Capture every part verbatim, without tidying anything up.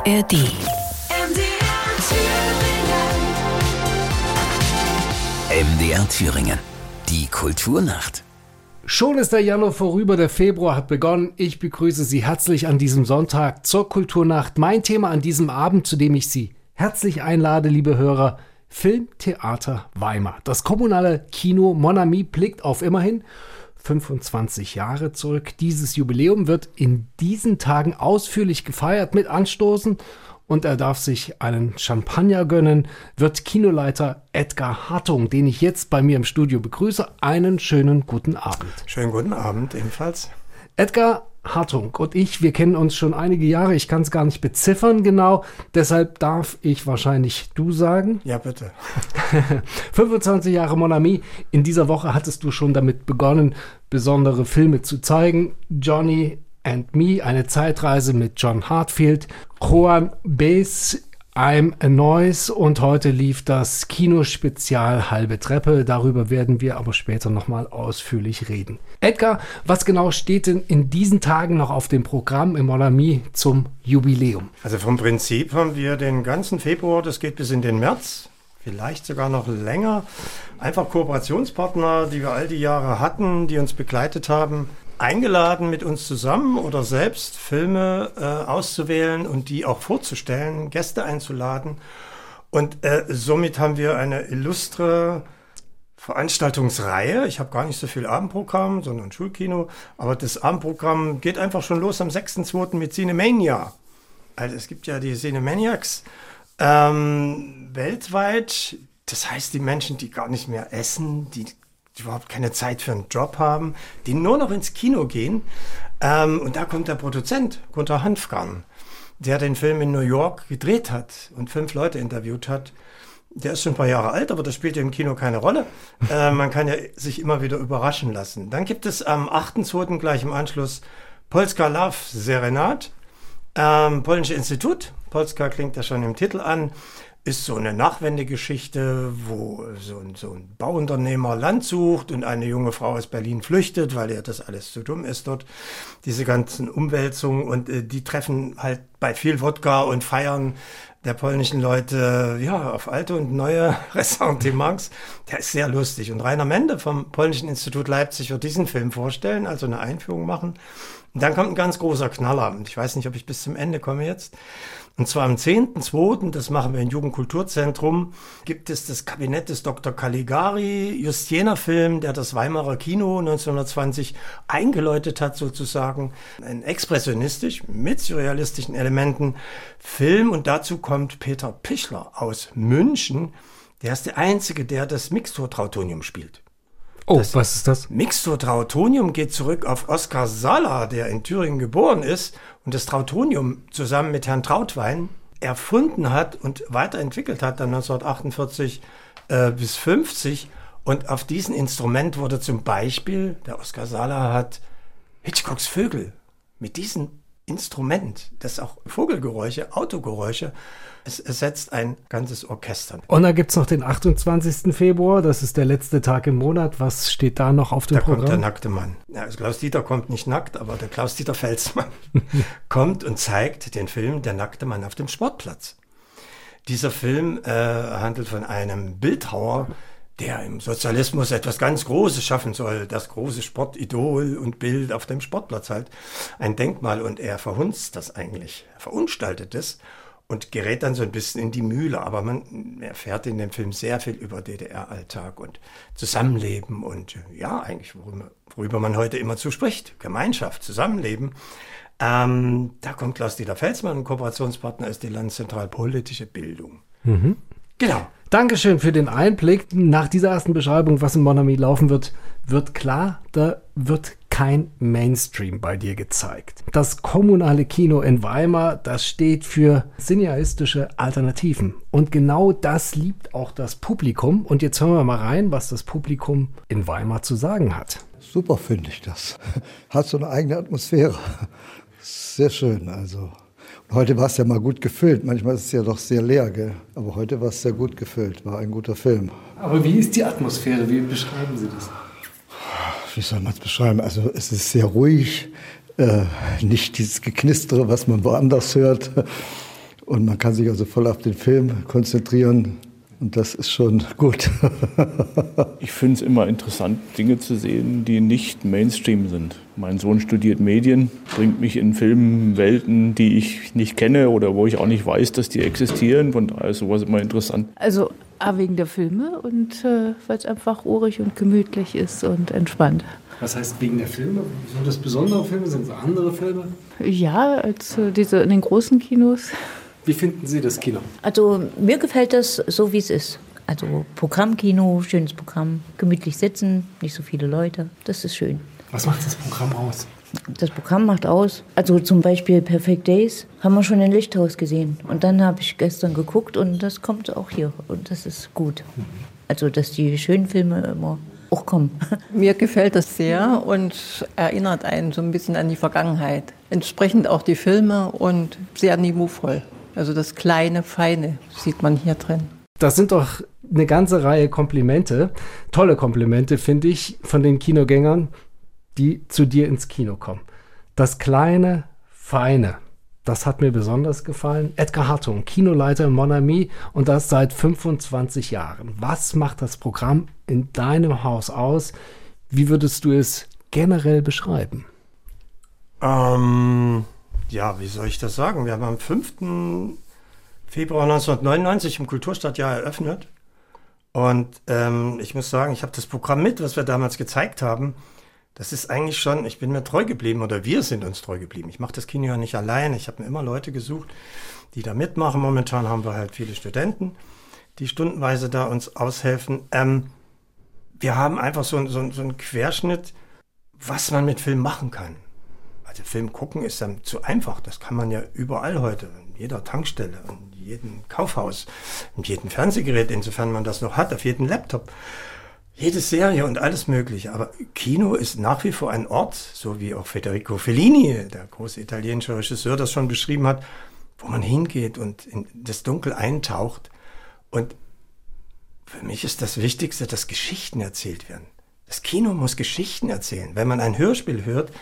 A R D. M D R Thüringen. Die Kulturnacht. Schon ist der Januar vorüber, der Februar hat begonnen. Ich begrüße Sie herzlich an diesem Sonntag zur Kulturnacht. Mein Thema an diesem Abend, zu dem ich Sie herzlich einlade, liebe Hörer: Filmtheater Weimar. Das kommunale Kino Mon Ami blickt auf immerhin fünfundzwanzig Jahre zurück. Dieses Jubiläum wird in diesen Tagen ausführlich gefeiert mit Anstoßen, und er darf sich einen Champagner gönnen, wird Kinoleiter Edgar Hartung, den ich jetzt bei mir im Studio begrüße. Einen schönen guten Abend. Schönen guten Abend ebenfalls. Edgar Hartung und ich, wir kennen uns schon einige Jahre. Ich kann es gar nicht beziffern genau, deshalb darf ich wahrscheinlich du sagen. Ja, bitte. fünfundzwanzig Jahre Mon Ami. In dieser Woche hattest du schon damit begonnen, besondere Filme zu zeigen. Johnny and Me, eine Zeitreise mit John Hartfield, Juan Baez, I'm a Noise, und heute lief das Kinospezial Halbe Treppe. Darüber werden wir aber später nochmal ausführlich reden. Edgar, was genau steht denn in diesen Tagen noch auf dem Programm im Mon Ami zum Jubiläum? Also vom Prinzip haben wir den ganzen Februar, das geht bis in den März, vielleicht sogar noch länger, einfach Kooperationspartner, die wir all die Jahre hatten, die uns begleitet haben, eingeladen, mit uns zusammen oder selbst Filme äh, auszuwählen und die auch vorzustellen, Gäste einzuladen. Und äh, somit haben wir eine illustre Veranstaltungsreihe. Ich habe gar nicht so viel Abendprogramm, sondern Schulkino. Aber das Abendprogramm geht einfach schon los am sechsten zweiten mit Cinemania. Also es gibt ja die Cinemaniacs ähm, weltweit. Das heißt, die Menschen, die gar nicht mehr essen, die die überhaupt keine Zeit für einen Job haben, die nur noch ins Kino gehen. Ähm, und da kommt der Produzent, Gunter Hanfgarn, der den Film in New York gedreht hat und fünf Leute interviewt hat. Der ist schon ein paar Jahre alt, aber das spielt ja im Kino keine Rolle. Äh, man kann ja sich immer wieder überraschen lassen. Dann gibt es am achten zweiten gleich im Anschluss Polska Love Serenad, ähm, Polnische Institut. Polska klingt ja schon im Titel an. Ist so eine Nachwendegeschichte, wo so ein, so ein Bauunternehmer Land sucht und eine junge Frau aus Berlin flüchtet, weil ihr das alles zu dumm ist dort, diese ganzen Umwälzungen. Und äh, die treffen halt bei viel Wodka und Feiern der polnischen Leute ja auf alte und neue Ressentiments. Der ist sehr lustig. Und Rainer Mende vom Polnischen Institut Leipzig wird diesen Film vorstellen, also eine Einführung machen. Und dann kommt ein ganz großer Knaller. Und ich weiß nicht, ob ich bis zum Ende komme jetzt. Und zwar am zehnten zweiten, das machen wir im Jugendkulturzentrum, gibt es das Kabinett des Doktor Caligari, just jener Film, der das Weimarer Kino neunzehnhundertzwanzig eingeläutet hat sozusagen. Ein expressionistisch, mit surrealistischen Elementen Film. Und dazu kommt Peter Pichler aus München. Der ist der Einzige, der das Mixtur-Trautonium spielt. Oh, das was ist das? Mixtur-Trautonium geht zurück auf Oskar Salla, der in Thüringen geboren ist und das Trautonium zusammen mit Herrn Trautwein erfunden hat und weiterentwickelt hat, dann neunzehnhundertachtundvierzig äh, bis fünfzig. Und auf diesem Instrument wurde zum Beispiel, der Oskar Salla hat Hitchcocks Vögel mit diesem Instrument, das auch Vogelgeräusche, Autogeräusche, es ersetzt ein ganzes Orchester. Und da gibt es noch den achtundzwanzigsten Februar, das ist der letzte Tag im Monat. Was steht da noch auf dem da Programm? Da kommt der nackte Mann. Ja, also Klaus-Dieter kommt nicht nackt, aber der Klaus-Dieter Felsmann kommt und zeigt den Film Der nackte Mann auf dem Sportplatz. Dieser Film äh, handelt von einem Bildhauer, der im Sozialismus etwas ganz Großes schaffen soll, das große Sportidol und Bild auf dem Sportplatz halt, ein Denkmal, und er verhunzt das eigentlich, er verunstaltet es und gerät dann so ein bisschen in die Mühle, aber man erfährt in dem Film sehr viel über D D R-Alltag und Zusammenleben und ja, eigentlich worüber, worüber man heute immer zu spricht, Gemeinschaft, Zusammenleben. Ähm, da kommt Klaus-Dieter Felsmann, ein Kooperationspartner ist die Landeszentralpolitische Bildung. Mhm. Genau. Dankeschön für den Einblick. Nach dieser ersten Beschreibung, was in Mon Ami laufen wird, wird klar, da wird kein Mainstream bei dir gezeigt. Das kommunale Kino in Weimar, das steht für cineastische Alternativen. Und genau das liebt auch das Publikum. Und jetzt hören wir mal rein, was das Publikum in Weimar zu sagen hat. Super finde ich das. Hat so eine eigene Atmosphäre. Sehr schön, also. Heute war es ja mal gut gefüllt. Manchmal ist es ja doch sehr leer, gell? Aber heute war es sehr gut gefüllt. War ein guter Film. Aber wie ist die Atmosphäre? Wie beschreiben Sie das? Wie soll man es beschreiben? Also es ist sehr ruhig. Äh, nicht dieses Geknistere, was man woanders hört. Und man kann sich also voll auf den Film konzentrieren. Und das ist schon gut. Ich finde es immer interessant, Dinge zu sehen, die nicht Mainstream sind. Mein Sohn studiert Medien, bringt mich in Filmwelten, die ich nicht kenne oder wo ich auch nicht weiß, dass die existieren. Von daher ist sowas immer interessant. Also A, wegen der Filme und äh, weil es einfach urig und gemütlich ist und entspannt. Was heißt wegen der Filme? Sind das besondere Filme? Sind es andere Filme? Ja, als äh, diese in den großen Kinos. Wie finden Sie das Kino? Also mir gefällt das so, wie es ist. Also Programmkino, schönes Programm, gemütlich sitzen, nicht so viele Leute, das ist schön. Was macht das Programm aus? Das Programm macht aus, also zum Beispiel Perfect Days haben wir schon in Lichthaus gesehen. Und dann habe ich gestern geguckt und das kommt auch hier und das ist gut. Also dass die schönen Filme immer auch kommen. Mir gefällt das sehr und erinnert einen so ein bisschen an die Vergangenheit. Entsprechend auch die Filme und sehr niveauvoll. Also das kleine, feine sieht man hier drin. Das sind doch eine ganze Reihe Komplimente, tolle Komplimente, finde ich, von den Kinogängern, die zu dir ins Kino kommen. Das kleine, feine, das hat mir besonders gefallen. Edgar Hartung, Kinoleiter Mon Ami und das seit fünfundzwanzig Jahren. Was macht das Programm in deinem Haus aus? Wie würdest du es generell beschreiben? Ähm... Ja, wie soll ich das sagen? Wir haben am fünften Februar neunzehnhundertneunundneunzig im Kulturstadtjahr eröffnet. Und ähm, ich muss sagen, ich habe das Programm mit, was wir damals gezeigt haben. Das ist eigentlich schon, ich bin mir treu geblieben oder wir sind uns treu geblieben. Ich mache das Kino ja nicht allein. Ich habe mir immer Leute gesucht, die da mitmachen. Momentan haben wir halt viele Studenten, die stundenweise da uns aushelfen. Ähm, wir haben einfach so, so, so einen Querschnitt, was man mit Film machen kann. Also Film gucken ist dann zu einfach. Das kann man ja überall heute, in jeder Tankstelle, in jedem Kaufhaus, in jedem Fernsehgerät, insofern man das noch hat, auf jedem Laptop. Jede Serie und alles Mögliche. Aber Kino ist nach wie vor ein Ort, so wie auch Federico Fellini, der große italienische Regisseur, das schon beschrieben hat, wo man hingeht und in das Dunkel eintaucht. Und für mich ist das Wichtigste, dass Geschichten erzählt werden. Das Kino muss Geschichten erzählen. Wenn man ein Hörspiel hört,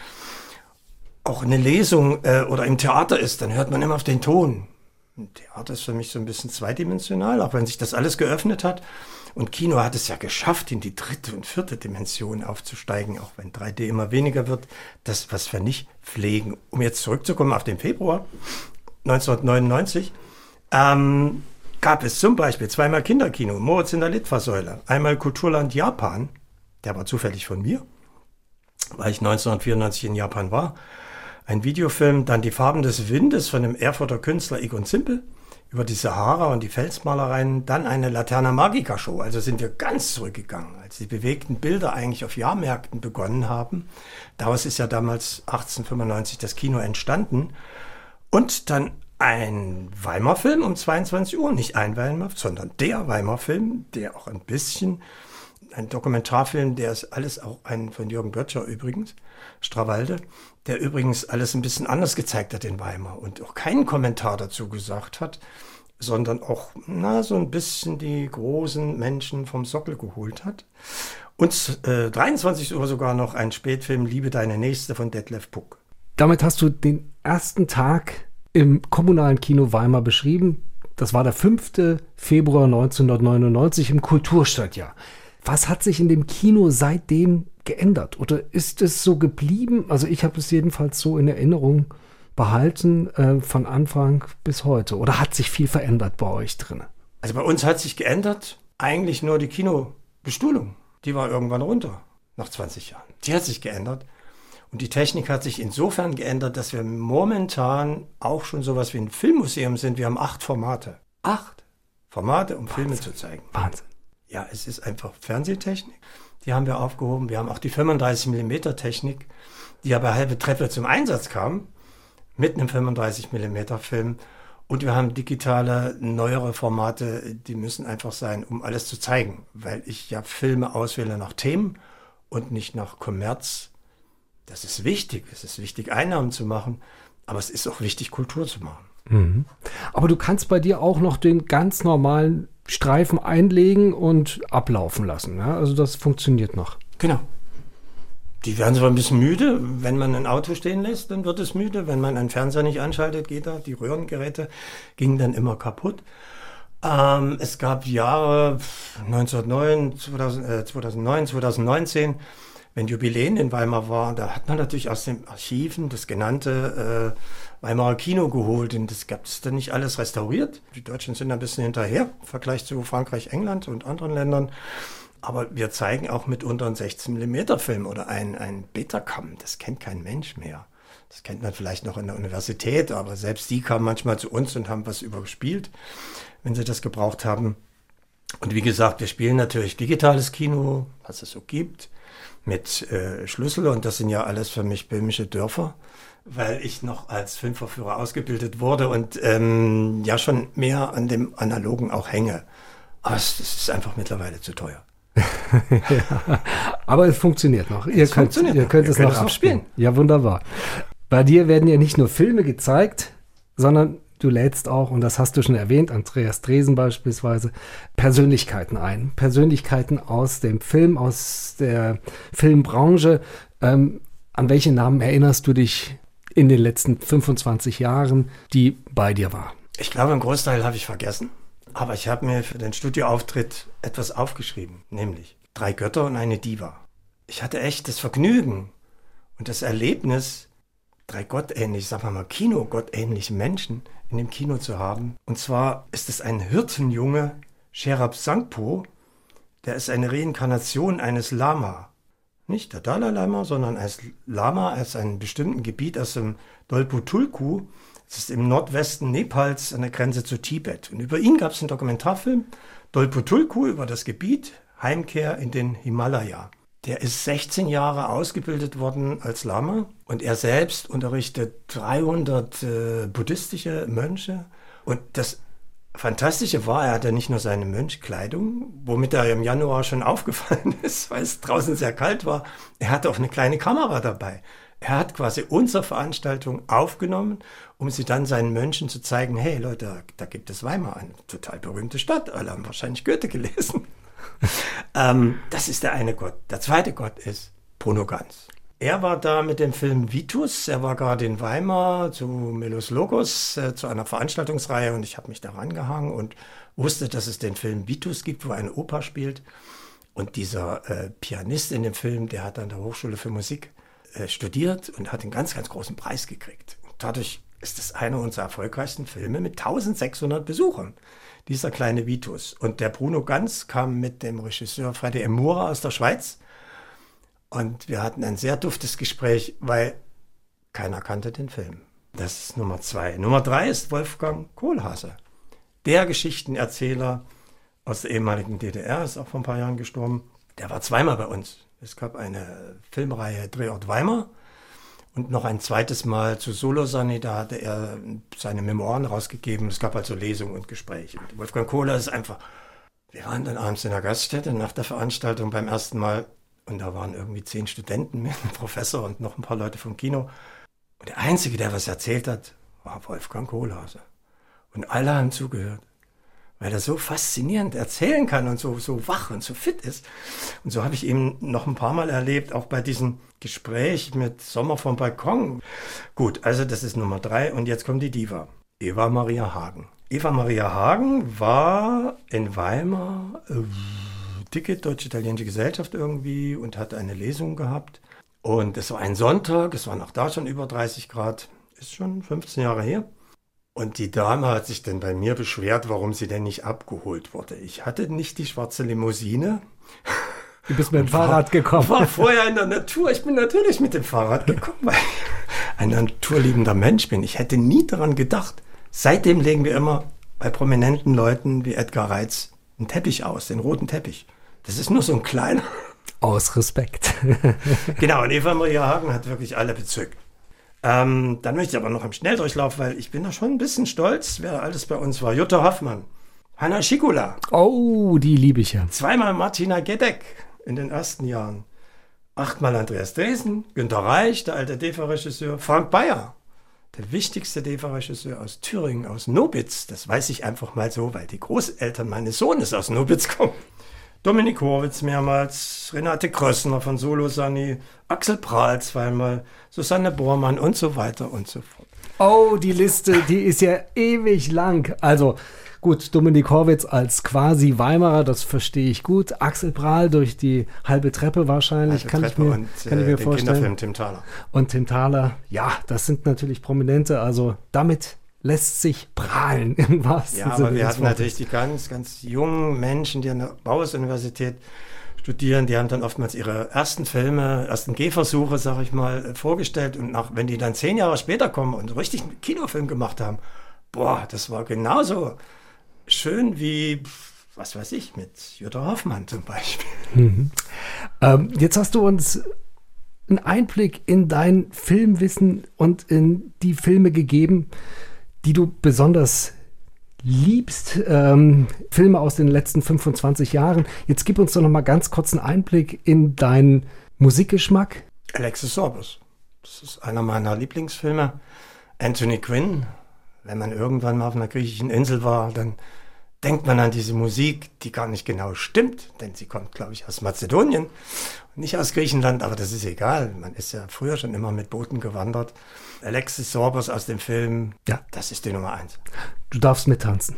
auch eine Lesung äh, oder im Theater ist, dann hört man immer auf den Ton. Ein Theater ist für mich so ein bisschen zweidimensional, auch wenn sich das alles geöffnet hat. Und Kino hat es ja geschafft, in die dritte und vierte Dimension aufzusteigen, auch wenn drei D immer weniger wird. Das, was wir nicht pflegen. Um jetzt zurückzukommen auf den Februar neunzehnhundertneunundneunzig, ähm, gab es zum Beispiel zweimal Kinderkino, Moritz in der Litfaßsäule, einmal Kulturland Japan, der war zufällig von mir, weil ich neunzehnhundertvierundneunzig in Japan war. Ein Videofilm, dann Die Farben des Windes von dem Erfurter Künstler Egon Zimpel über die Sahara und die Felsmalereien, dann eine Laterna Magica Show. Also sind wir ganz zurückgegangen, als die bewegten Bilder eigentlich auf Jahrmärkten begonnen haben. Daraus ist ja damals achtzehnhundertfünfundneunzig das Kino entstanden. Und dann ein Weimar-Film um zweiundzwanzig Uhr, nicht ein Weimar, sondern der Weimar-Film, der auch ein bisschen, ein Dokumentarfilm, der ist alles auch ein von Jürgen Böttcher übrigens, Strawalde, der übrigens alles ein bisschen anders gezeigt hat in Weimar und auch keinen Kommentar dazu gesagt hat, sondern auch na, so ein bisschen die großen Menschen vom Sockel geholt hat. Und äh, dreiundzwanzig Uhr sogar noch ein Spätfilm Liebe deine Nächste von Detlef Puck. Damit hast du den ersten Tag im kommunalen Kino Weimar beschrieben. Das war der fünfte Februar neunzehnhundertneunundneunzig im Kulturstadtjahr. Was hat sich in dem Kino seitdem geändert? Oder ist es so geblieben? Also ich habe es jedenfalls so in Erinnerung behalten, äh, von Anfang bis heute. Oder hat sich viel verändert bei euch drin? Also bei uns hat sich geändert eigentlich nur die Kinobestuhlung. Die war irgendwann runter, nach zwanzig Jahren. Die hat sich geändert. Und die Technik hat sich insofern geändert, dass wir momentan auch schon sowas wie ein Filmmuseum sind. Wir haben acht Formate. Acht Formate, um Wahnsinn. Filme zu zeigen. Wahnsinn. Ja, es ist einfach Fernsehtechnik. Die haben wir aufgehoben. Wir haben auch die fünfunddreißig Millimeter Technik, die ja bei Halbe Treppe zum Einsatz kam, mit einem fünfunddreißig Millimeter Film. Und wir haben digitale, neuere Formate, die müssen einfach sein, um alles zu zeigen. Weil ich ja Filme auswähle nach Themen und nicht nach Kommerz. Das ist wichtig. Es ist wichtig, Einnahmen zu machen. Aber es ist auch wichtig, Kultur zu machen. Mhm. Aber du kannst bei dir auch noch den ganz normalen Streifen einlegen und ablaufen lassen. Ja? Also das funktioniert noch. Genau. Die werden zwar ein bisschen müde. Wenn man ein Auto stehen lässt, dann wird es müde. Wenn man einen Fernseher nicht anschaltet, geht er. Die Röhrengeräte gingen dann immer kaputt. Ähm, es gab Jahre neunzehnhundertneun, zweitausend, äh, zweitausendneun, zweitausendneunzehn, wenn Jubiläen in Weimar war, da hat man natürlich aus den Archiven das genannte äh, Weimarer Kino geholt. Und das gab es dann nicht alles restauriert. Die Deutschen sind ein bisschen hinterher im Vergleich zu Frankreich, England und anderen Ländern. Aber wir zeigen auch mitunter einen sechzehn Millimeter Film oder einen, einen Betacam. Das kennt kein Mensch mehr. Das kennt man vielleicht noch in der Universität, aber selbst die kamen manchmal zu uns und haben was übergespielt, wenn sie das gebraucht haben. Und wie gesagt, wir spielen natürlich digitales Kino, was es so gibt, mit äh, Schlüssel. Und das sind ja alles für mich böhmische Dörfer, weil ich noch als Filmvorführer ausgebildet wurde und ähm, ja schon mehr an dem Analogen auch hänge. Aber es, es ist einfach mittlerweile zu teuer. Ja, aber es funktioniert noch. Ihr es könnt, funktioniert ihr könnt noch. es Wir noch können abspielen. es noch Ja, wunderbar. Bei dir werden ja nicht nur Filme gezeigt, sondern du lädst auch, und das hast du schon erwähnt, Andreas Dresen beispielsweise, Persönlichkeiten ein. Persönlichkeiten aus dem Film, aus der Filmbranche. Ähm, an welche Namen erinnerst du dich in den letzten fünfundzwanzig Jahren, die bei dir war? Ich glaube, einen Großteil habe ich vergessen. Aber ich habe mir für den Studioauftritt etwas aufgeschrieben, nämlich drei Götter und eine Diva. Ich hatte echt das Vergnügen und das Erlebnis, drei gottähnliche, sagen wir mal Kino-gottähnliche Menschen in dem Kino zu haben. Und zwar ist es ein Hirtenjunge, Sherab Sangpo, der ist eine Reinkarnation eines Lama. Nicht der Dalai Lama, sondern als Lama aus einem bestimmten Gebiet aus dem Dolpo Tulku. Das ist im Nordwesten Nepals an der Grenze zu Tibet. Und über ihn gab es einen Dokumentarfilm, Dolpo Tulku, über das Gebiet, Heimkehr in den Himalaya. Der ist sechzehn Jahre ausgebildet worden als Lama und er selbst unterrichtet dreihundert äh, buddhistische Mönche. Und das Fantastische war, er hatte nicht nur seine Mönchkleidung, womit er im Januar schon aufgefallen ist, weil es draußen sehr kalt war, er hatte auch eine kleine Kamera dabei. Er hat quasi unsere Veranstaltung aufgenommen, um sie dann seinen Mönchen zu zeigen, hey Leute, da gibt es Weimar, eine total berühmte Stadt. Alle haben wahrscheinlich Goethe gelesen. ähm, das ist der eine Gott. Der zweite Gott ist Bruno Ganz. Er war da mit dem Film Vitus. Er war gerade in Weimar zu Melos Logos, äh, zu einer Veranstaltungsreihe und ich habe mich da rangehangen und wusste, dass es den Film Vitus gibt, wo eine Oper spielt. Und dieser äh, Pianist in dem Film, der hat an der Hochschule für Musik studiert und hat einen ganz, ganz großen Preis gekriegt. Und dadurch ist es einer unserer erfolgreichsten Filme mit eintausendsechshundert Besuchern, dieser kleine Vitus. Und der Bruno Ganz kam mit dem Regisseur Freddy Emura aus der Schweiz und wir hatten ein sehr duftes Gespräch, weil keiner kannte den Film. Das ist Nummer zwei. Nummer drei ist Wolfgang Kohlhase, der Geschichtenerzähler aus der ehemaligen D D R, ist auch vor ein paar Jahren gestorben. Der war zweimal bei uns. Es gab eine Filmreihe Drehort Weimar und noch ein zweites Mal zu Solosani, da hatte er seine Memoiren rausgegeben. Es gab also Lesungen und Gespräche. Und Wolfgang Kohler ist einfach, wir waren dann abends in der Gaststätte nach der Veranstaltung beim ersten Mal und da waren irgendwie zehn Studenten mit einem Professor und noch ein paar Leute vom Kino. Und der Einzige, der was erzählt hat, war Wolfgang Kohlhase. Und alle haben zugehört, weil er so faszinierend erzählen kann und so, so wach und so fit ist. Und so habe ich ihn noch ein paar Mal erlebt, auch bei diesem Gespräch mit Sommer vom Balkon. Gut, also das ist Nummer drei und jetzt kommt die Diva. Eva Maria Hagen. Eva Maria Hagen war in Weimar, äh, dicke deutsch-italienische Gesellschaft irgendwie und hat eine Lesung gehabt. Und es war ein Sonntag, es waren auch da schon über dreißig Grad, ist schon fünfzehn Jahre her. Und die Dame hat sich dann bei mir beschwert, warum sie denn nicht abgeholt wurde. Ich hatte nicht die schwarze Limousine. Du bist mit dem Fahrrad gekommen. Ich war vorher in der Natur. Ich bin natürlich mit dem Fahrrad gekommen, weil ich ein naturliebender Mensch bin. Ich hätte nie daran gedacht. Seitdem legen wir immer bei prominenten Leuten wie Edgar Reitz einen Teppich aus, den roten Teppich. Das ist nur so ein kleiner. Aus Respekt. Genau, und Eva Maria Hagen hat wirklich alle bezückt. Ähm, dann möchte ich aber noch im Schnelldurchlauf, weil ich bin da schon ein bisschen stolz, wer alles bei uns war. Jutta Hoffmann, Hanna Schikula. Oh, die liebe ich ja. Zweimal Martina Gedeck in den ersten Jahren. Achtmal Andreas Dresen, Günter Reich, der alte D E F A-Regisseur, Frank Bayer, der wichtigste D E F A-Regisseur aus Thüringen, aus Nobitz. Das weiß ich einfach mal so, weil die Großeltern meines Sohnes aus Nobitz kommen. Dominik Horwitz mehrmals, Renate Krössner von Solo Sunny, Axel Prahl zweimal, Susanne Bormann und so weiter und so fort. Oh, die Liste, die ist ja ewig lang. Also gut, Dominik Horwitz als quasi Weimarer, das verstehe ich gut. Axel Prahl durch die halbe Treppe wahrscheinlich, Halbe kann, Treppe ich mir, und, kann ich äh, mir den vorstellen. Kinderfilm Tim Thaler. Und Tim Thaler, ja, das sind natürlich Prominente, also damit lässt sich prahlen im wahrsten Ja, Sinne aber wir des hatten Wortes. natürlich die ganz, ganz jungen Menschen, die an der Bauhaus-Universität studieren, die haben dann oftmals ihre ersten Filme, ersten Gehversuche, sag ich mal, vorgestellt. Und nach, wenn die dann zehn Jahre später kommen und richtig einen Kinofilm gemacht haben, boah, das war genauso schön wie, was weiß ich, mit Jutta Hoffmann zum Beispiel. Mhm. Ähm, jetzt hast du uns einen Einblick in dein Filmwissen und in die Filme gegeben, die du besonders liebst, ähm, Filme aus den letzten fünfundzwanzig Jahren. Jetzt gib uns doch noch mal ganz kurz einen Einblick in deinen Musikgeschmack. Alexis Sorbus, das ist einer meiner Lieblingsfilme. Anthony Quinn, wenn man irgendwann mal auf einer griechischen Insel war, dann denkt man an diese Musik, die gar nicht genau stimmt, denn sie kommt, glaube ich, aus Mazedonien und nicht aus Griechenland, aber das ist egal. Man ist ja früher schon immer mit Booten gewandert. Alexis Sorbus aus dem Film, Ja. das ist die Nummer eins. Du darfst mittanzen.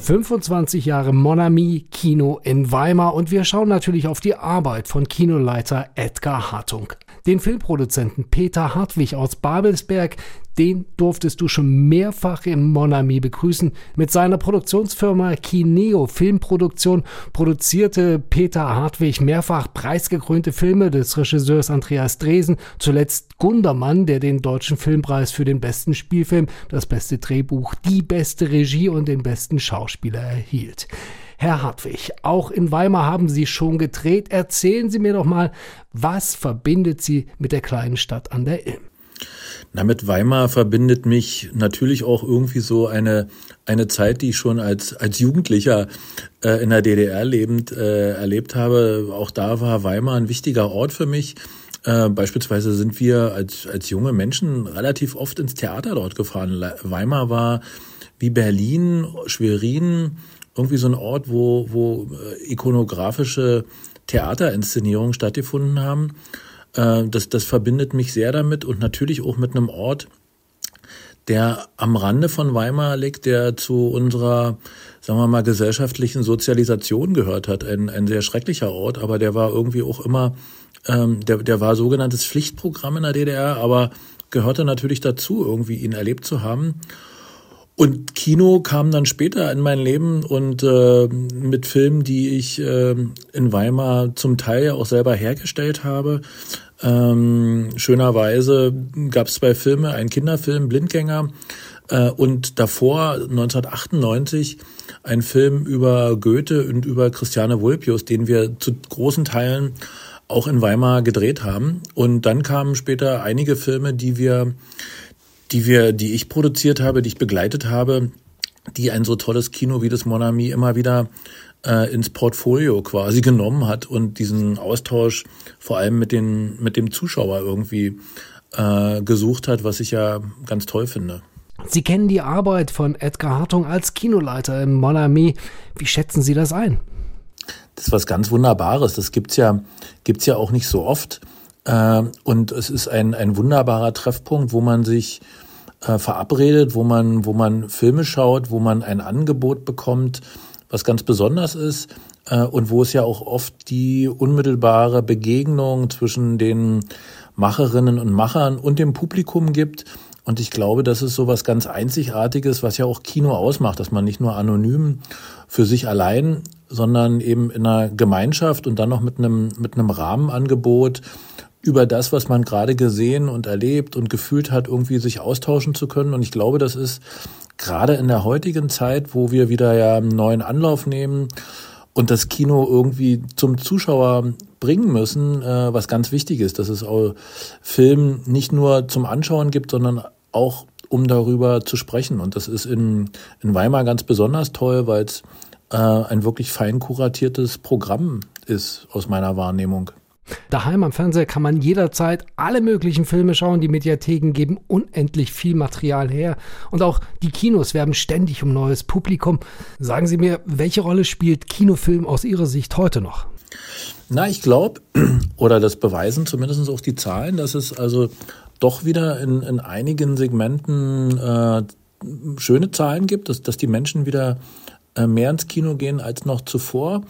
fünfundzwanzig Jahre Mon Ami Kino in Weimar und wir schauen natürlich auf die Arbeit von Kinoleiter Edgar Hartung. Den Filmproduzenten Peter Hartwig aus Babelsberg, den durftest du schon mehrfach im Mon Ami begrüßen. Mit seiner Produktionsfirma Kineo Filmproduktion produzierte Peter Hartwig mehrfach preisgekrönte Filme des Regisseurs Andreas Dresen, zuletzt Gundermann, der den Deutschen Filmpreis für den besten Spielfilm, das beste Drehbuch, die beste Regie und den besten Schauspieler erhielt. Herr Hartwig, auch in Weimar haben Sie schon gedreht. Erzählen Sie mir doch mal, was verbindet Sie mit der kleinen Stadt an der Ilm? Na, mit Weimar verbindet mich natürlich auch irgendwie so eine eine Zeit, die ich schon als als Jugendlicher äh, in der D D R lebend äh, erlebt habe. Auch da war Weimar ein wichtiger Ort für mich. Äh, beispielsweise sind wir als als junge Menschen relativ oft ins Theater dort gefahren. Weimar war wie Berlin, Schwerin, irgendwie so ein Ort, wo wo äh, ikonografische Theaterinszenierungen stattgefunden haben. Das, das verbindet mich sehr damit und natürlich auch mit einem Ort, der am Rande von Weimar liegt, der zu unserer, sagen wir mal, gesellschaftlichen Sozialisation gehört hat. Ein, ein sehr schrecklicher Ort, aber der war irgendwie auch immer, ähm, der, der war sogenanntes Pflichtprogramm in der D D R, aber gehörte natürlich dazu, irgendwie ihn erlebt zu haben. Und Kino kam dann später in mein Leben und äh, mit Filmen, die ich äh, in Weimar zum Teil ja auch selber hergestellt habe. Ähm, schönerweise gab es zwei Filme, einen Kinderfilm, Blindgänger, äh, und davor neunzehnhundertachtundneunzig ein Film über Goethe und über Christiane Vulpius, den wir zu großen Teilen auch in Weimar gedreht haben. Und dann kamen später einige Filme, die wir die wir, die ich produziert habe, die ich begleitet habe, die ein so tolles Kino wie das Mon Ami immer wieder äh, ins Portfolio quasi genommen hat und diesen Austausch vor allem mit den mit dem Zuschauer irgendwie äh, gesucht hat, was ich ja ganz toll finde. Sie kennen die Arbeit von Edgar Hartung als Kinoleiter im Mon Ami. Wie schätzen Sie das ein? Das ist was ganz Wunderbares. Das gibt's ja gibt's ja auch nicht so oft. Und es ist ein ein wunderbarer Treffpunkt, wo man sich äh, verabredet, wo man wo man Filme schaut, wo man ein Angebot bekommt, was ganz besonders ist, äh, und wo es ja auch oft die unmittelbare Begegnung zwischen den Macherinnen und Machern und dem Publikum gibt. Und ich glaube, das ist so was ganz Einzigartiges, was ja auch Kino ausmacht, dass man nicht nur anonym für sich allein, sondern eben in einer Gemeinschaft und dann noch mit einem mit einem Rahmenangebot über das, was man gerade gesehen und erlebt und gefühlt hat, irgendwie sich austauschen zu können. Und ich glaube, das ist gerade in der heutigen Zeit, wo wir wieder ja einen neuen Anlauf nehmen und das Kino irgendwie zum Zuschauer bringen müssen, äh, was ganz wichtig ist, dass es auch Film nicht nur zum Anschauen gibt, sondern auch um darüber zu sprechen. Und das ist in, in Weimar ganz besonders toll, weil es äh, ein wirklich fein kuratiertes Programm ist aus meiner Wahrnehmung. Daheim am Fernseher kann man jederzeit alle möglichen Filme schauen. Die Mediatheken geben unendlich viel Material her. Und auch die Kinos werben ständig um neues Publikum. Sagen Sie mir, welche Rolle spielt Kinofilm aus Ihrer Sicht heute noch? Na, ich glaube, oder das beweisen zumindest auch die Zahlen, dass es also doch wieder in, in einigen Segmenten äh, schöne Zahlen gibt, dass, dass die Menschen wieder äh, mehr ins Kino gehen als noch zuvor.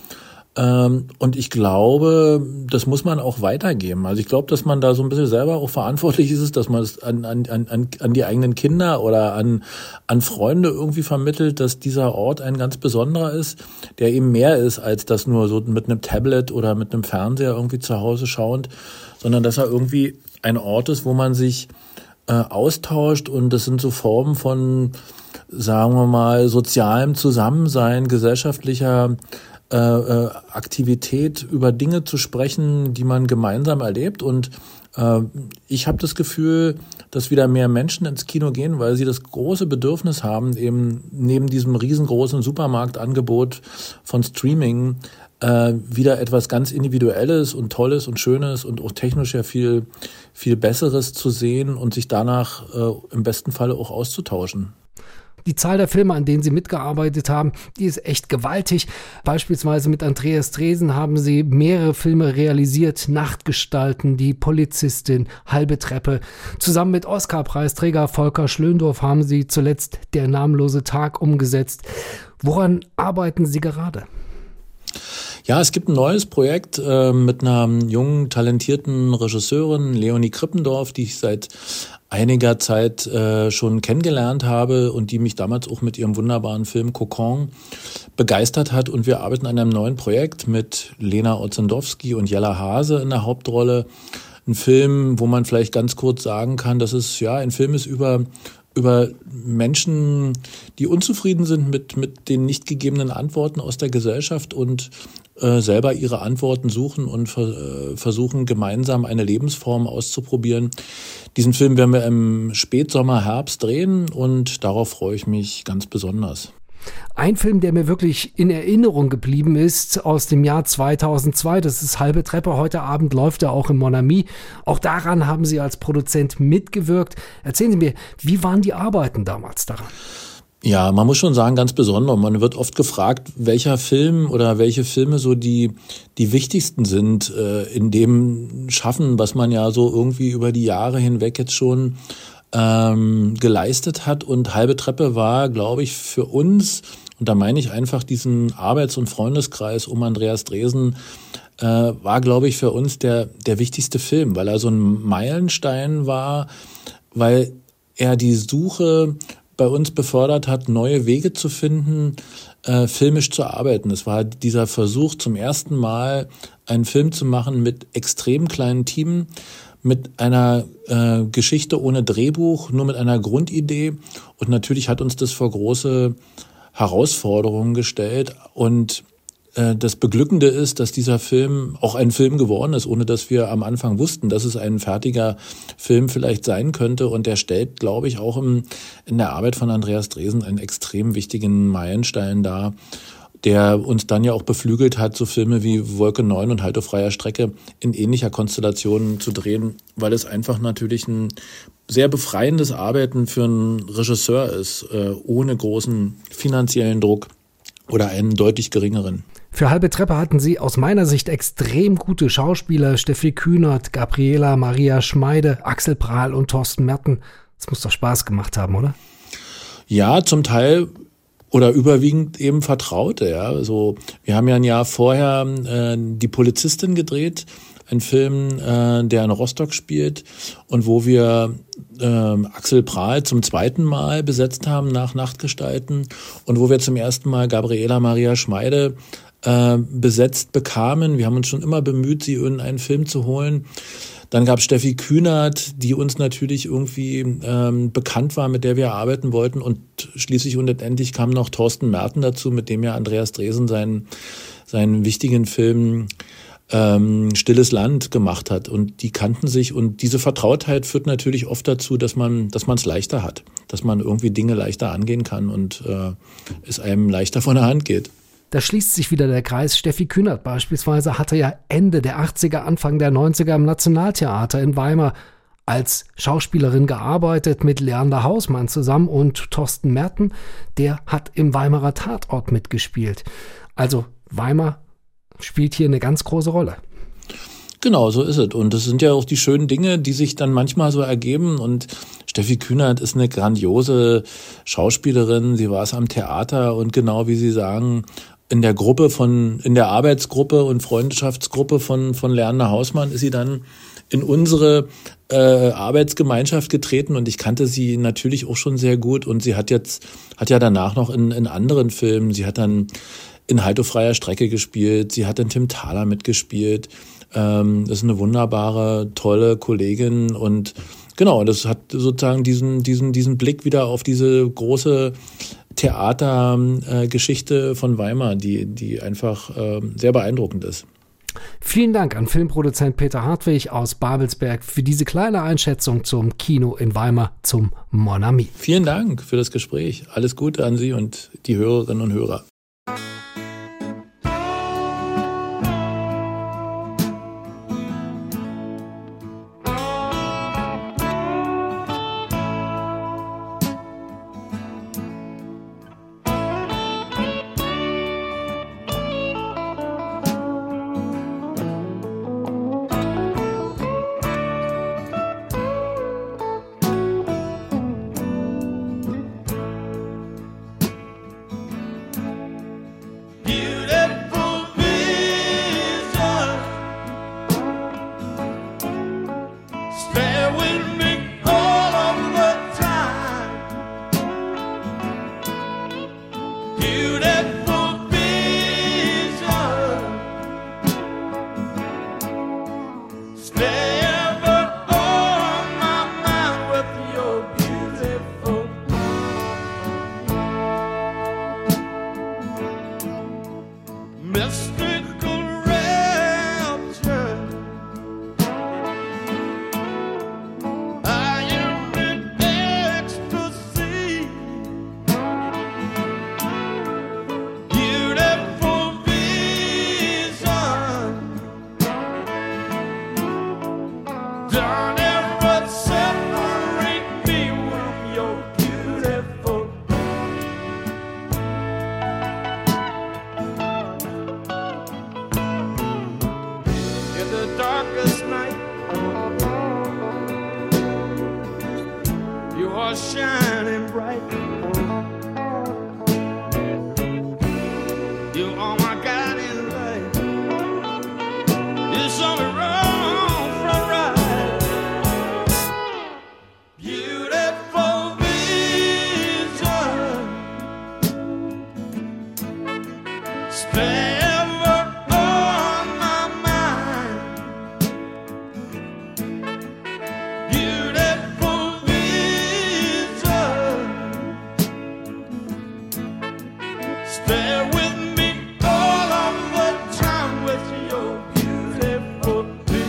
Und ich glaube, das muss man auch weitergeben. Also ich glaube, dass man da so ein bisschen selber auch verantwortlich ist, dass man es an, an, an, an die eigenen Kinder oder an, an Freunde irgendwie vermittelt, dass dieser Ort ein ganz besonderer ist, der eben mehr ist, als das nur so mit einem Tablet oder mit einem Fernseher irgendwie zu Hause schauend, sondern dass er irgendwie ein Ort ist, wo man sich äh, austauscht, und das sind so Formen von, sagen wir mal, sozialem Zusammensein, gesellschaftlicher Äh, äh, Aktivität, über Dinge zu sprechen, die man gemeinsam erlebt. Und äh, ich habe das Gefühl, dass wieder mehr Menschen ins Kino gehen, weil sie das große Bedürfnis haben, eben neben diesem riesengroßen Supermarktangebot von Streaming äh, wieder etwas ganz Individuelles und Tolles und Schönes und auch technisch ja viel, viel Besseres zu sehen und sich danach äh, im besten Falle auch auszutauschen. Die Zahl der Filme, an denen Sie mitgearbeitet haben, die ist echt gewaltig. Beispielsweise mit Andreas Dresen haben Sie mehrere Filme realisiert. Nachtgestalten, Die Polizistin, Halbe Treppe. Zusammen mit Oscar-Preisträger Volker Schlöndorff haben Sie zuletzt Der namenlose Tag umgesetzt. Woran arbeiten Sie gerade? Ja, es gibt ein neues Projekt äh, mit einer jungen, talentierten Regisseurin, Leonie Krippendorf, die ich seit einiger Zeit äh, schon kennengelernt habe und die mich damals auch mit ihrem wunderbaren Film Kokon begeistert hat. Und wir arbeiten an einem neuen Projekt mit Lena Orzendowski und Jella Hase in der Hauptrolle. Ein Film, wo man vielleicht ganz kurz sagen kann, dass es ja ein Film ist über über Menschen, die unzufrieden sind mit mit den nicht gegebenen Antworten aus der Gesellschaft und äh, selber ihre Antworten suchen und ver, äh, versuchen, gemeinsam eine Lebensform auszuprobieren. Diesen Film werden wir im Spätsommer, Herbst drehen und darauf freue ich mich ganz besonders. Ein Film, der mir wirklich in Erinnerung geblieben ist, aus dem Jahr zweitausendzwei, das ist Halbe Treppe. Heute Abend läuft er auch im Mon Ami. Auch daran haben Sie als Produzent mitgewirkt. Erzählen Sie mir, wie waren die Arbeiten damals daran? Ja, man muss schon sagen, ganz besonders. Man wird oft gefragt, welcher Film oder welche Filme so die die wichtigsten sind äh, in dem Schaffen, was man ja so irgendwie über die Jahre hinweg jetzt schon ähm, geleistet hat. Und Halbe Treppe war, glaube ich, für uns, und da meine ich einfach diesen Arbeits- und Freundeskreis um Andreas Dresen, äh, war, glaube ich, für uns der der wichtigste Film, weil er so ein Meilenstein war, weil er die Suche bei uns befördert hat, neue Wege zu finden, äh, filmisch zu arbeiten. Es war dieser Versuch, zum ersten Mal einen Film zu machen mit extrem kleinen Team, mit einer äh, Geschichte ohne Drehbuch, nur mit einer Grundidee. Und natürlich hat uns das vor große Herausforderungen gestellt. Und äh, das Beglückende ist, dass dieser Film auch ein Film geworden ist, ohne dass wir am Anfang wussten, dass es ein fertiger Film vielleicht sein könnte. Und der stellt, glaube ich, auch im, in der Arbeit von Andreas Dresen einen extrem wichtigen Meilenstein dar, der uns dann ja auch beflügelt hat, so Filme wie Wolke neun und Halt auf freier Strecke in ähnlicher Konstellation zu drehen, weil es einfach natürlich ein sehr befreiendes Arbeiten für einen Regisseur ist, äh, ohne großen finanziellen Druck oder einen deutlich geringeren. Für Halbe Treppe hatten Sie aus meiner Sicht extrem gute Schauspieler, Steffi Kühnert, Gabriela Maria Schmeide, Axel Prahl und Thorsten Merten. Das muss doch Spaß gemacht haben, oder? Ja, zum Teil oder überwiegend eben Vertraute, ja. Also wir haben ja ein Jahr vorher äh, Die Polizistin gedreht, ein Film, äh, der in Rostock spielt und wo wir äh, Axel Prahl zum zweiten Mal besetzt haben nach Nachtgestalten und wo wir zum ersten Mal Gabriela Maria Schmeide äh, besetzt bekamen. Wir haben uns schon immer bemüht, sie in einen Film zu holen. Dann gab es Steffi Kühnert, die uns natürlich irgendwie ähm, bekannt war, mit der wir arbeiten wollten. Und schließlich und endlich kam noch Thorsten Merten dazu, mit dem ja Andreas Dresen seinen, seinen wichtigen Film ähm, Stilles Land gemacht hat. Und die kannten sich. Und diese Vertrautheit führt natürlich oft dazu, dass man dass man es leichter hat. Dass man irgendwie Dinge leichter angehen kann und äh, es einem leichter von der Hand geht. Da schließt sich wieder der Kreis. Steffi Kühnert beispielsweise hatte ja Ende der achtziger, Anfang der neunziger im Nationaltheater in Weimar als Schauspielerin gearbeitet mit Leander Hausmann zusammen und Thorsten Merten, der hat im Weimarer Tatort mitgespielt. Also Weimar spielt hier eine ganz große Rolle. Genau, so ist es. Und das sind ja auch die schönen Dinge, die sich dann manchmal so ergeben. Und Steffi Kühnert ist eine grandiose Schauspielerin. Sie war es am Theater und genau wie Sie sagen, in der Gruppe von, in der Arbeitsgruppe und Freundschaftsgruppe von, von Leander Hausmann ist sie dann in unsere äh, Arbeitsgemeinschaft getreten und ich kannte sie natürlich auch schon sehr gut und sie hat jetzt, hat ja danach noch in, in anderen Filmen, sie hat dann in Halt auf freier Strecke gespielt, sie hat in Tim Thaler mitgespielt, ähm, das ist eine wunderbare, tolle Kollegin und genau, das hat sozusagen diesen, diesen, diesen Blick wieder auf diese große Theatergeschichte äh, von Weimar, die, die einfach äh, sehr beeindruckend ist. Vielen Dank an Filmproduzent Peter Hartwig aus Babelsberg für diese kleine Einschätzung zum Kino in Weimar, zum Mon Ami. Vielen Dank für das Gespräch. Alles Gute an Sie und die Hörerinnen und Hörer. beautiful vision. Stay with me all of the time. Beautiful vision. Stay ever on my mind with your beautiful mystical rapture. I am in ecstasy. Beautiful vision. Don't ever separate me from your beautiful. In the darkest night, you are shining bright. You are my guiding light. You saw me wrong from right. Beautiful vision. Stay ever on my mind. Beautiful vision. Stay with me all of the time with your beautiful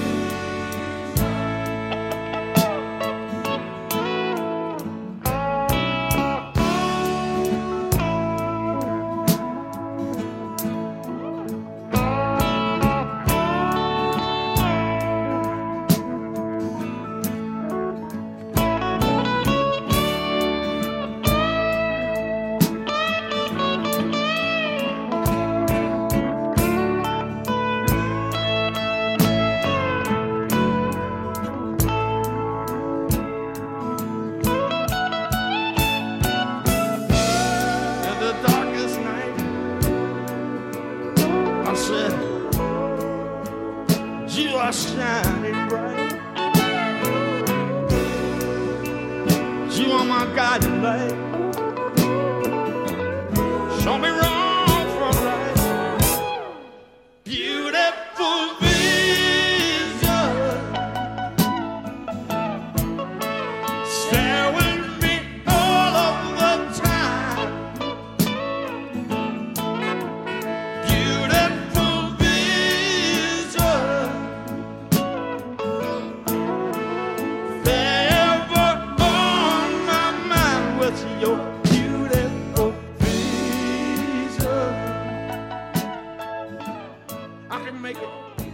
in the darkest night. I said, you are shining bright. You are my guiding light. Show me wrong from right. Beautiful vision. Stay with me all of the time. Beautiful vision. Stay ever on my mind with your beautiful vision. I can make it.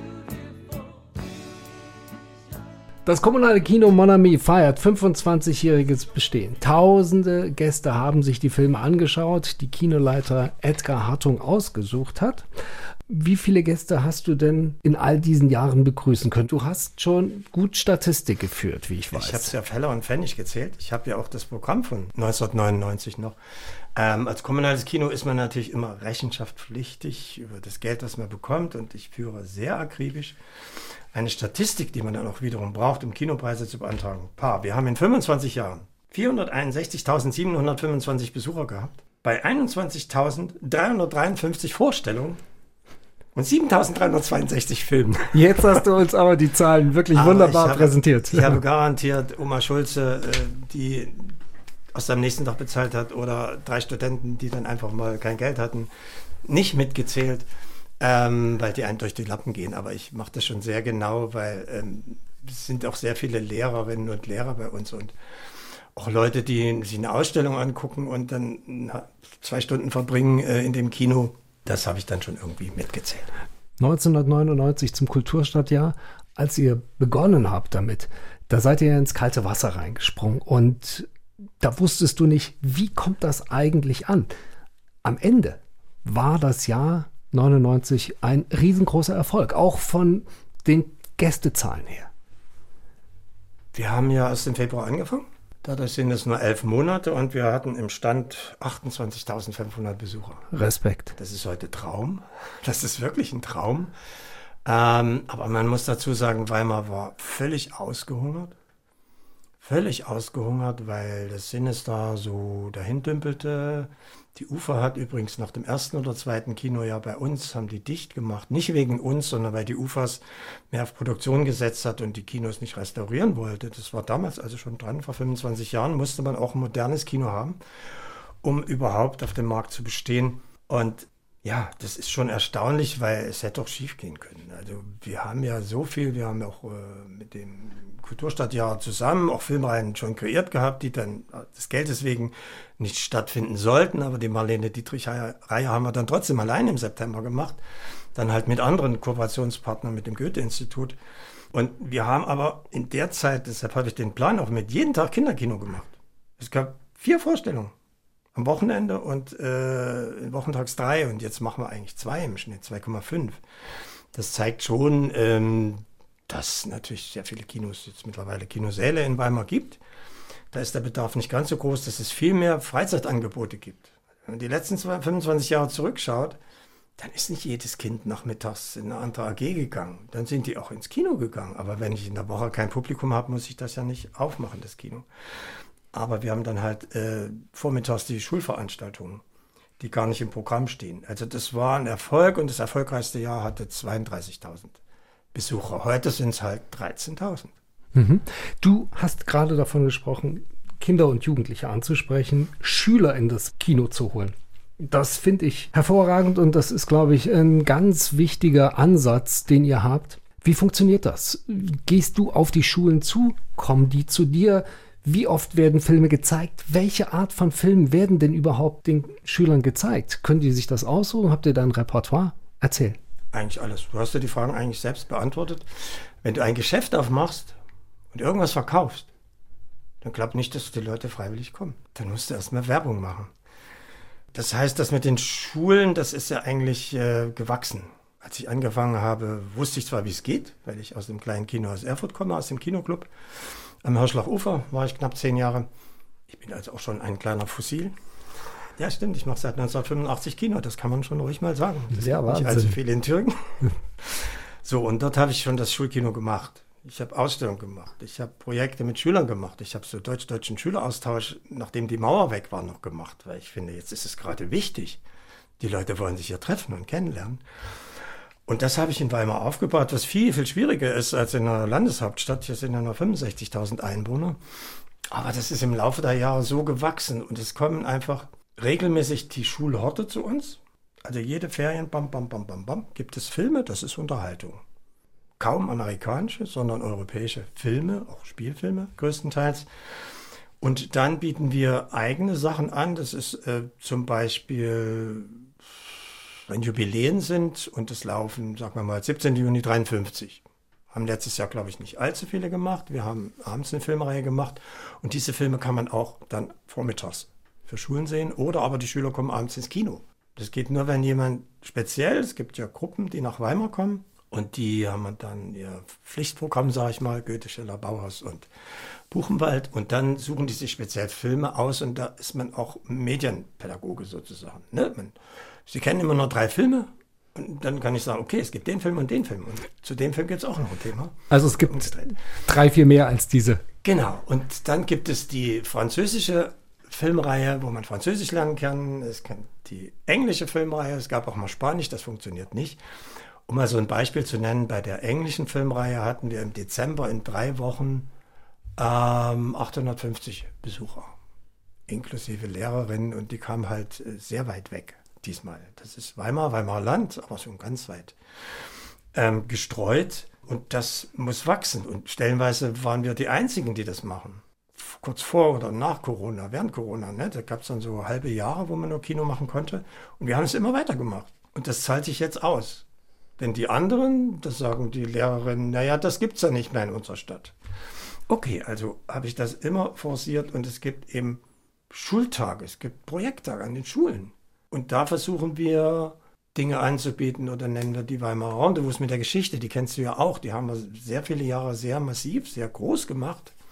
Das kommunale Kino Mon Ami feiert fünfundzwanzigjähriges Bestehen. Tausende Gäste haben sich die Filme angeschaut, die Kinoleiter Edgar Hartung ausgesucht hat. Wie viele Gäste hast du denn in all diesen Jahren begrüßen können? Du hast schon gut Statistik geführt, wie ich weiß. Ich habe es ja Feller und Pfennig gezählt. Ich habe ja auch das Programm von neunzehnhundertneunundneunzig noch. Ähm, als kommunales Kino ist man natürlich immer rechenschaftspflichtig über das Geld, das man bekommt. Und ich führe sehr akribisch eine Statistik, die man dann auch wiederum braucht, um Kinopreise zu beantragen. Paar. Wir haben in fünfundzwanzig Jahren vierhunderteinundsechzigtausendsiebenhundertfünfundzwanzig Besucher gehabt, bei einundzwanzigtausenddreihundertdreiundfünfzig Vorstellungen und siebentausenddreihundertzweiundsechzig Filmen. Jetzt hast du uns aber die Zahlen wirklich Aber wunderbar ich habe, präsentiert. Ich habe garantiert Oma Schulze, die aus am nächsten Tag bezahlt hat, oder drei Studenten, die dann einfach mal kein Geld hatten, nicht mitgezählt, ähm, weil die einen durch die Lappen gehen. Aber ich mache das schon sehr genau, weil ähm, es sind auch sehr viele Lehrerinnen und Lehrer bei uns und auch Leute, die sich eine Ausstellung angucken und dann na, zwei Stunden verbringen äh, in dem Kino. Das habe ich dann schon irgendwie mitgezählt. neunzehnhundertneunundneunzig zum Kulturstadtjahr, als ihr begonnen habt damit, da seid ihr ins kalte Wasser reingesprungen und da wusstest du nicht, wie kommt das eigentlich an? Am Ende war das Jahr neunundneunzig ein riesengroßer Erfolg, auch von den Gästezahlen her. Wir haben ja erst im Februar angefangen. Dadurch sind es nur elf Monate und wir hatten im Stand achtundzwanzigtausendfünfhundert Besucher. Respekt. Das ist heute Traum. Das ist wirklich ein Traum. Ähm, aber man muss dazu sagen, Weimar war völlig ausgehungert. Völlig ausgehungert, weil das Sinister so dahin dümpelte. Die Ufer hat übrigens nach dem ersten oder zweiten Kinojahr bei uns, haben die dicht gemacht. Nicht wegen uns, sondern weil die Ufers mehr auf Produktion gesetzt hat und die Kinos nicht restaurieren wollte. Das war damals also schon dran. Vor fünfundzwanzig Jahren musste man auch ein modernes Kino haben, um überhaupt auf dem Markt zu bestehen. Und ja, das ist schon erstaunlich, weil es hätte doch schief gehen können. Also wir haben ja so viel, wir haben ja auch äh, mit dem Kulturstadtjahr zusammen auch Filmreihen schon kreiert gehabt, die dann des Geldes wegen nicht stattfinden sollten, aber die Marlene Dietrich-Reihe haben wir dann trotzdem allein im September gemacht, dann halt mit anderen Kooperationspartnern, mit dem Goethe-Institut. Und wir haben aber in der Zeit, deshalb habe ich den Plan auch mit, jeden Tag Kinderkino gemacht. Es gab vier Vorstellungen am Wochenende und äh, wochentags drei und jetzt machen wir eigentlich zwei im Schnitt, zwei Komma fünf. Das zeigt schon, ähm, dass es natürlich sehr viele Kinos, jetzt mittlerweile Kinosäle in Weimar gibt. Da ist der Bedarf nicht ganz so groß, dass es viel mehr Freizeitangebote gibt. Wenn man die letzten fünfundzwanzig Jahre zurückschaut, dann ist nicht jedes Kind nachmittags in eine andere A G gegangen. Dann sind die auch ins Kino gegangen. Aber wenn ich in der Woche kein Publikum habe, muss ich das ja nicht aufmachen, das Kino. Aber wir haben dann halt äh, vormittags die Schulveranstaltungen, die gar nicht im Programm stehen. Also das war ein Erfolg und das erfolgreichste Jahr hatte zweiunddreißigtausend Besucher. Heute sind es halt dreizehntausend. Mhm. Du hast gerade davon gesprochen, Kinder und Jugendliche anzusprechen, Schüler in das Kino zu holen. Das finde ich hervorragend und das ist, glaube ich, ein ganz wichtiger Ansatz, den ihr habt. Wie funktioniert das? Gehst du auf die Schulen zu? Kommen die zu dir? Wie oft werden Filme gezeigt? Welche Art von Filmen werden denn überhaupt den Schülern gezeigt? Können die sich das aussuchen? Habt ihr da ein Repertoire? Erzähl. Eigentlich alles. Du hast ja die Fragen eigentlich selbst beantwortet. Wenn du ein Geschäft aufmachst und irgendwas verkaufst, dann glaub nicht, dass die Leute freiwillig kommen. Dann musst du erstmal Werbung machen. Das heißt, das mit den Schulen, das ist ja eigentlich äh, gewachsen. Als ich angefangen habe, wusste ich zwar, wie es geht, weil ich aus dem kleinen Kino aus Erfurt komme, aus dem Kinoclub. Am Hirschlachufer war ich knapp zehn Jahre. Ich bin also auch schon ein kleiner Fossil. Ja, stimmt, ich mache seit neunzehnhundertfünfundachtzig Kino, das kann man schon ruhig mal sagen. Das ja, ist nicht allzu viel in Türken. So, und dort habe ich schon das Schulkino gemacht. Ich habe Ausstellungen gemacht, ich habe Projekte mit Schülern gemacht, ich habe so deutsch-deutschen Schüleraustausch, nachdem die Mauer weg war, noch gemacht, weil ich finde, jetzt ist es gerade wichtig. Die Leute wollen sich hier treffen und kennenlernen. Und das habe ich in Weimar aufgebaut, was viel, viel schwieriger ist als in einer Landeshauptstadt. Hier sind ja nur fünfundsechzigtausend Einwohner. Aber das ist im Laufe der Jahre so gewachsen und es kommen einfach regelmäßig die Schulhorte zu uns. Also jede Ferien, bam, bam, bam, bam, bam, gibt es Filme, das ist Unterhaltung. Kaum amerikanische, sondern europäische Filme, auch Spielfilme größtenteils. Und dann bieten wir eigene Sachen an. Das ist äh, zum Beispiel, wenn Jubiläen sind und es laufen, sagen wir mal, siebzehnten Juni dreiundfünfzig. Haben letztes Jahr, glaube ich, nicht allzu viele gemacht. Wir haben abends eine Filmreihe gemacht und diese Filme kann man auch dann vormittags für Schulen sehen oder aber die Schüler kommen abends ins Kino. Das geht nur, wenn jemand speziell, es gibt ja Gruppen, die nach Weimar kommen und die haben dann ihr Pflichtprogramm, sage ich mal, Goethe, Schiller, Bauhaus und Buchenwald und dann suchen die sich speziell Filme aus und da ist man auch Medienpädagoge sozusagen. Ne? Man, sie kennen immer nur drei Filme und dann kann ich sagen, okay, es gibt den Film und den Film und zu dem Film gibt es auch noch ein Thema. Also es gibt drei, vier mehr als diese. Genau, und dann gibt es die französische Filmreihe, wo man Französisch lernen kann. Es gibt die englische Filmreihe, es gab auch mal Spanisch, das funktioniert nicht. Um mal so ein Beispiel zu nennen, bei der englischen Filmreihe hatten wir im Dezember in drei Wochen ähm, achthundertfünfzig Besucher, inklusive Lehrerinnen und die kamen halt sehr weit weg diesmal. Das ist Weimar, Weimarer Land, aber schon ganz weit ähm, gestreut und das muss wachsen und stellenweise waren wir die Einzigen, die das machen. Kurz vor oder nach Corona, während Corona, ne? Da gab es dann so halbe Jahre, wo man nur Kino machen konnte. Und wir haben es immer weitergemacht. Und das zahlt sich jetzt aus. Denn die anderen, das sagen die Lehrerinnen, naja, das gibt es ja nicht mehr in unserer Stadt. Okay, also habe ich das immer forciert und es gibt eben Schultage, es gibt Projekttage an den Schulen. Und da versuchen wir Dinge anzubieten oder nennen wir die Weimarer Rendezvous mit der Geschichte, die kennst du ja auch. Die haben wir sehr viele Jahre sehr massiv, sehr groß gemacht. Da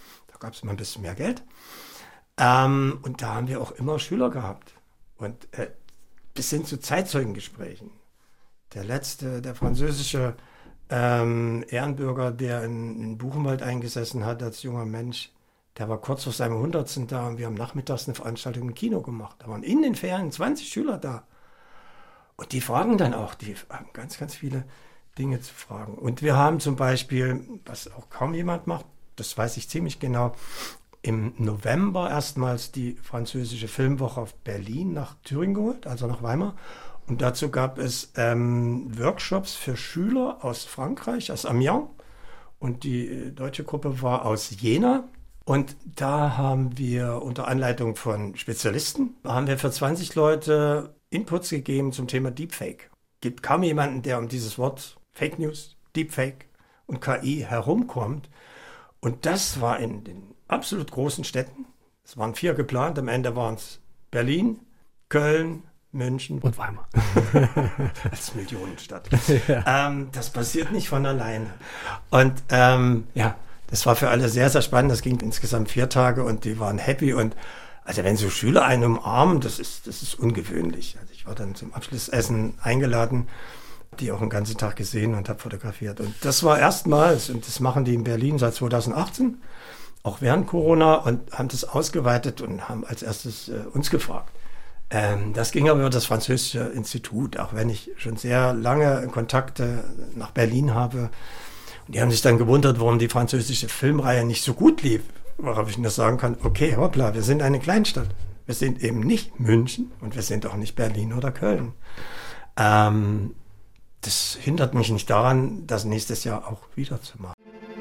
gab es mal ein bisschen mehr Geld. Ähm, und da haben wir auch immer Schüler gehabt. Und äh, bis hin zu Zeitzeugengesprächen. Der letzte, der französische ähm, Ehrenbürger, der in, in Buchenwald eingesessen hat als junger Mensch, der war kurz vor seinem hundertsten da und wir haben nachmittags eine Veranstaltung im Kino gemacht. Da waren in den Ferien zwanzig Schüler da. Und die fragen dann auch, die haben ganz, ganz viele Dinge zu fragen. Und wir haben zum Beispiel, was auch kaum jemand macht, das weiß ich ziemlich genau, im November erstmals die französische Filmwoche auf Berlin nach Thüringen geholt, also nach Weimar. Und dazu gab es ähm, Workshops für Schüler aus Frankreich, aus Amiens. Und die äh, deutsche Gruppe war aus Jena. Und da haben wir unter Anleitung von Spezialisten, haben wir für zwanzig Leute Inputs gegeben zum Thema Deepfake. Gibt kaum jemanden, der um dieses Wort Fake News, Deepfake und K I herumkommt. Und das war in den absolut großen Städten. Es waren vier geplant, am Ende waren es Berlin, Köln, München und Weimar. Als Millionenstadt. Ja. Ähm, das passiert nicht von alleine. Und ähm, ja, das war für alle sehr, sehr spannend. Das ging insgesamt vier Tage und die waren happy. Und also wenn so Schüler einen umarmen, das ist, das ist ungewöhnlich. Also ich war dann zum Abschlussessen eingeladen, die auch einen ganzen Tag gesehen und habe fotografiert. Und das war erstmals, und das machen die in Berlin seit zweitausendachtzehn, auch während Corona, und haben das ausgeweitet und haben als erstes äh, uns gefragt. Ähm, das ging aber über das Französische Institut, auch wenn ich schon sehr lange Kontakte nach Berlin habe. Und die haben sich dann gewundert, warum die französische Filmreihe nicht so gut lief. Worauf ich nur sagen kann, okay, hoppla, wir sind eine Kleinstadt. Wir sind eben nicht München und wir sind auch nicht Berlin oder Köln. Ähm, das hindert mich nicht daran, das nächstes Jahr auch wieder zu machen.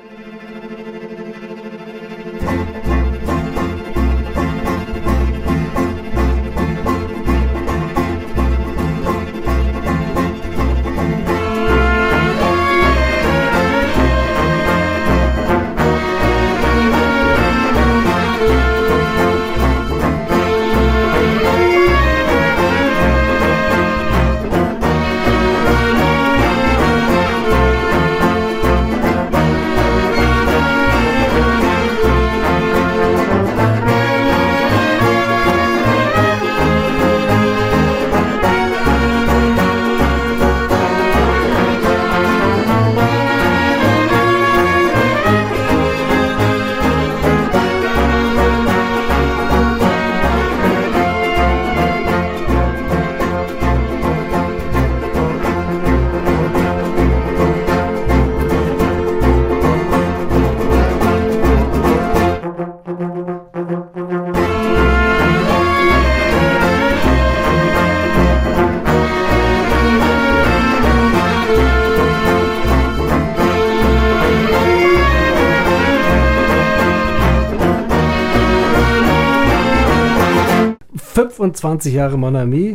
fünfundzwanzig Jahre Mon Ami.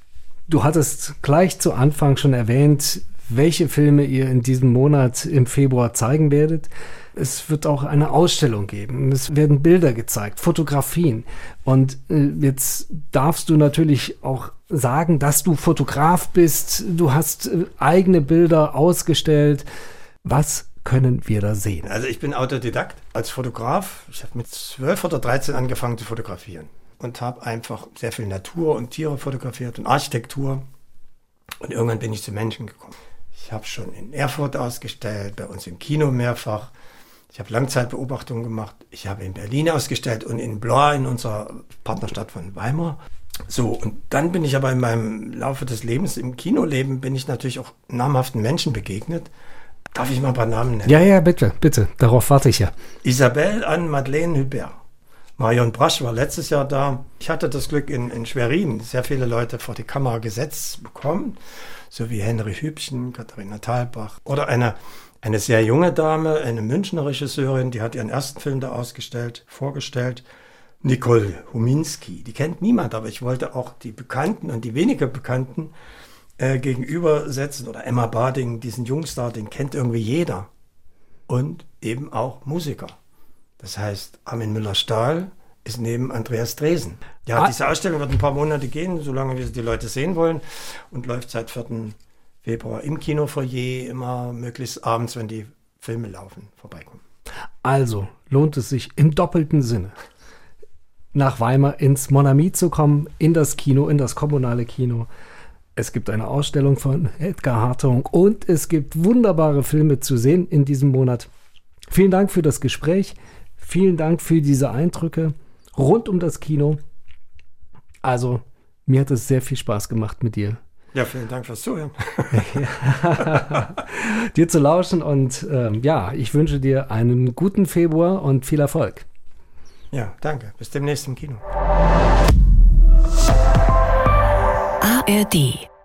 Du hattest gleich zu Anfang schon erwähnt, welche Filme ihr in diesem Monat im Februar zeigen werdet. Es wird auch eine Ausstellung geben. Es werden Bilder gezeigt, Fotografien. Und äh, jetzt darfst du natürlich auch sagen, dass du Fotograf bist. Du hast äh, eigene Bilder ausgestellt. Was können wir da sehen? Also ich bin Autodidakt als Fotograf. Ich habe mit zwölf oder dreizehn angefangen zu fotografieren und habe einfach sehr viel Natur und Tiere fotografiert und Architektur. Und irgendwann bin ich zu Menschen gekommen. Ich habe schon in Erfurt ausgestellt, bei uns im Kino mehrfach. Ich habe Langzeitbeobachtungen gemacht. Ich habe in Berlin ausgestellt und in Blois, in unserer Partnerstadt von Weimar. So, und dann bin ich aber in meinem Laufe des Lebens, im Kinoleben, bin ich natürlich auch namhaften Menschen begegnet. Darf ich mal ein paar Namen nennen? Ja, ja, bitte, bitte. Darauf warte ich ja. Isabelle Anne-Madeleine Hubert. Marion Brasch war letztes Jahr da. Ich hatte das Glück, in, in Schwerin sehr viele Leute vor die Kamera gesetzt zu bekommen, so wie Henry Hübchen, Katharina Thalbach oder eine, eine sehr junge Dame, eine Münchner Regisseurin, die hat ihren ersten Film da ausgestellt, vorgestellt, Nicole Huminski. Die kennt niemand, aber ich wollte auch die Bekannten und die weniger Bekannten äh, gegenübersetzen. Oder Emma Bading, diesen Jungstar, den kennt irgendwie jeder. Und eben auch Musiker. Das heißt, Armin Müller-Stahl ist neben Andreas Dresen. Ja, ah. Diese Ausstellung wird ein paar Monate gehen, solange wir die Leute sehen wollen, und läuft seit vierten Februar im Kinofoyer, immer möglichst abends, wenn die Filme laufen, vorbeikommen. Also lohnt es sich im doppelten Sinne, nach Weimar ins Mon Ami zu kommen, in das Kino, in das kommunale Kino. Es gibt eine Ausstellung von Edgar Hartung und es gibt wunderbare Filme zu sehen in diesem Monat. Vielen Dank für das Gespräch. Vielen Dank für diese Eindrücke rund um das Kino. Also, mir hat es sehr viel Spaß gemacht mit dir. Ja, vielen Dank fürs Zuhören. Dir zu lauschen und ähm, ja, ich wünsche dir einen guten Februar und viel Erfolg. Ja, danke. Bis demnächst im Kino. A R D